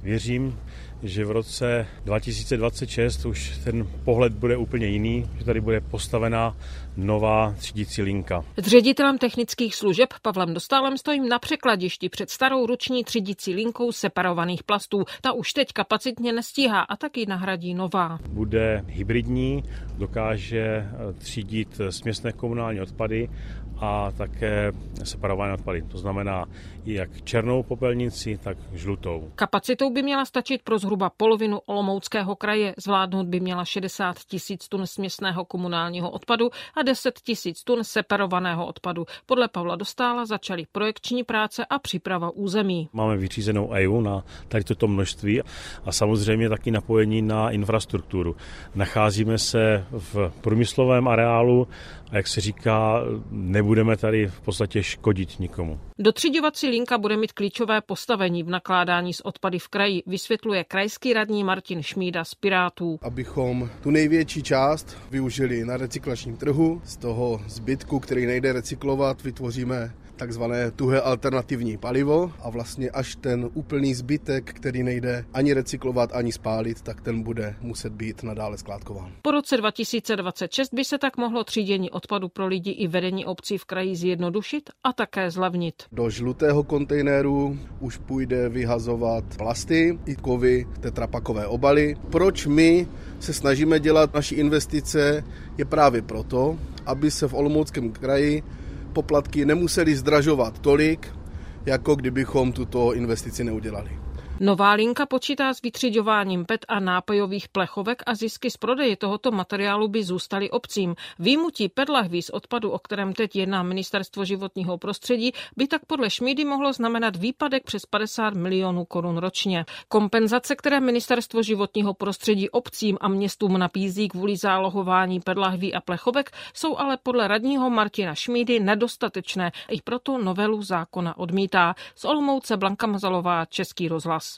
Věřím, že v roce 2026 už ten pohled bude úplně jiný, že tady bude postavená nová třídicí linka. S ředitelem technických služeb Pavlem Dostálem stojím na překladišti před starou ruční třídicí linkou separovaných plastů. Ta už teď kapacitně nestíhá a taky nahradí nová. Bude hybridní, dokáže třídit směsné komunální odpady a také separované odpady. To znamená jak černou popelnici, tak žlutou. Kapacitou by měla stačit pro zhruba polovinu Olomouckého kraje. Zvládnout by měla 60 000 tun směsného komunálního odpadu a 10 000 tun separovaného odpadu. Podle Pavla Dostála začaly projekční práce a příprava území. Máme vyřízenou EIA na tady toto množství a samozřejmě taky napojení na infrastrukturu. Nacházíme se v průmyslovém areálu a jak se říká, nebudeme tady v podstatě škodit nikomu. Dotřiďovací linka bude mít klíčové postavení v nakládání s odpady v kraji, vysvětluje krajský radní Martin Šmída z Pirátů. Abychom tu největší část využili na recyklačním trhu, z toho zbytku, který nejde recyklovat, vytvoříme takzvané tuhé alternativní palivo a vlastně až ten úplný zbytek, který nejde ani recyklovat, ani spálit, tak ten bude muset být nadále skládkován. Po roce 2026 by se tak mohlo třídění odpadu pro lidi i vedení obcí v kraji zjednodušit a také zlevnit. Do žlutého kontejneru už půjde vyhazovat plasty, i kovy, tetrapakové obaly. Proč my se snažíme dělat naši investice, je právě proto, aby se v Olomouckém kraji poplatky nemuseli zdražovat tolik, jako kdybychom tuto investici neudělali. Nová linka počítá s vytřiďováním PET a nápojových plechovek a zisky z prodeje tohoto materiálu by zůstaly obcím. Výjimutí PET lahví z odpadu, o kterém teď jedná Ministerstvo životního prostředí, by tak podle Šmídy mohlo znamenat výpadek přes 50 milionů korun ročně. Kompenzace, které Ministerstvo životního prostředí obcím a městům nabízí kvůli zálohování PET lahví a plechovek, jsou ale podle radního Martina Šmídy nedostatečné. I proto novelu zákona odmítá. Z Olomouce Blanka Mazalová, Český rozhlas.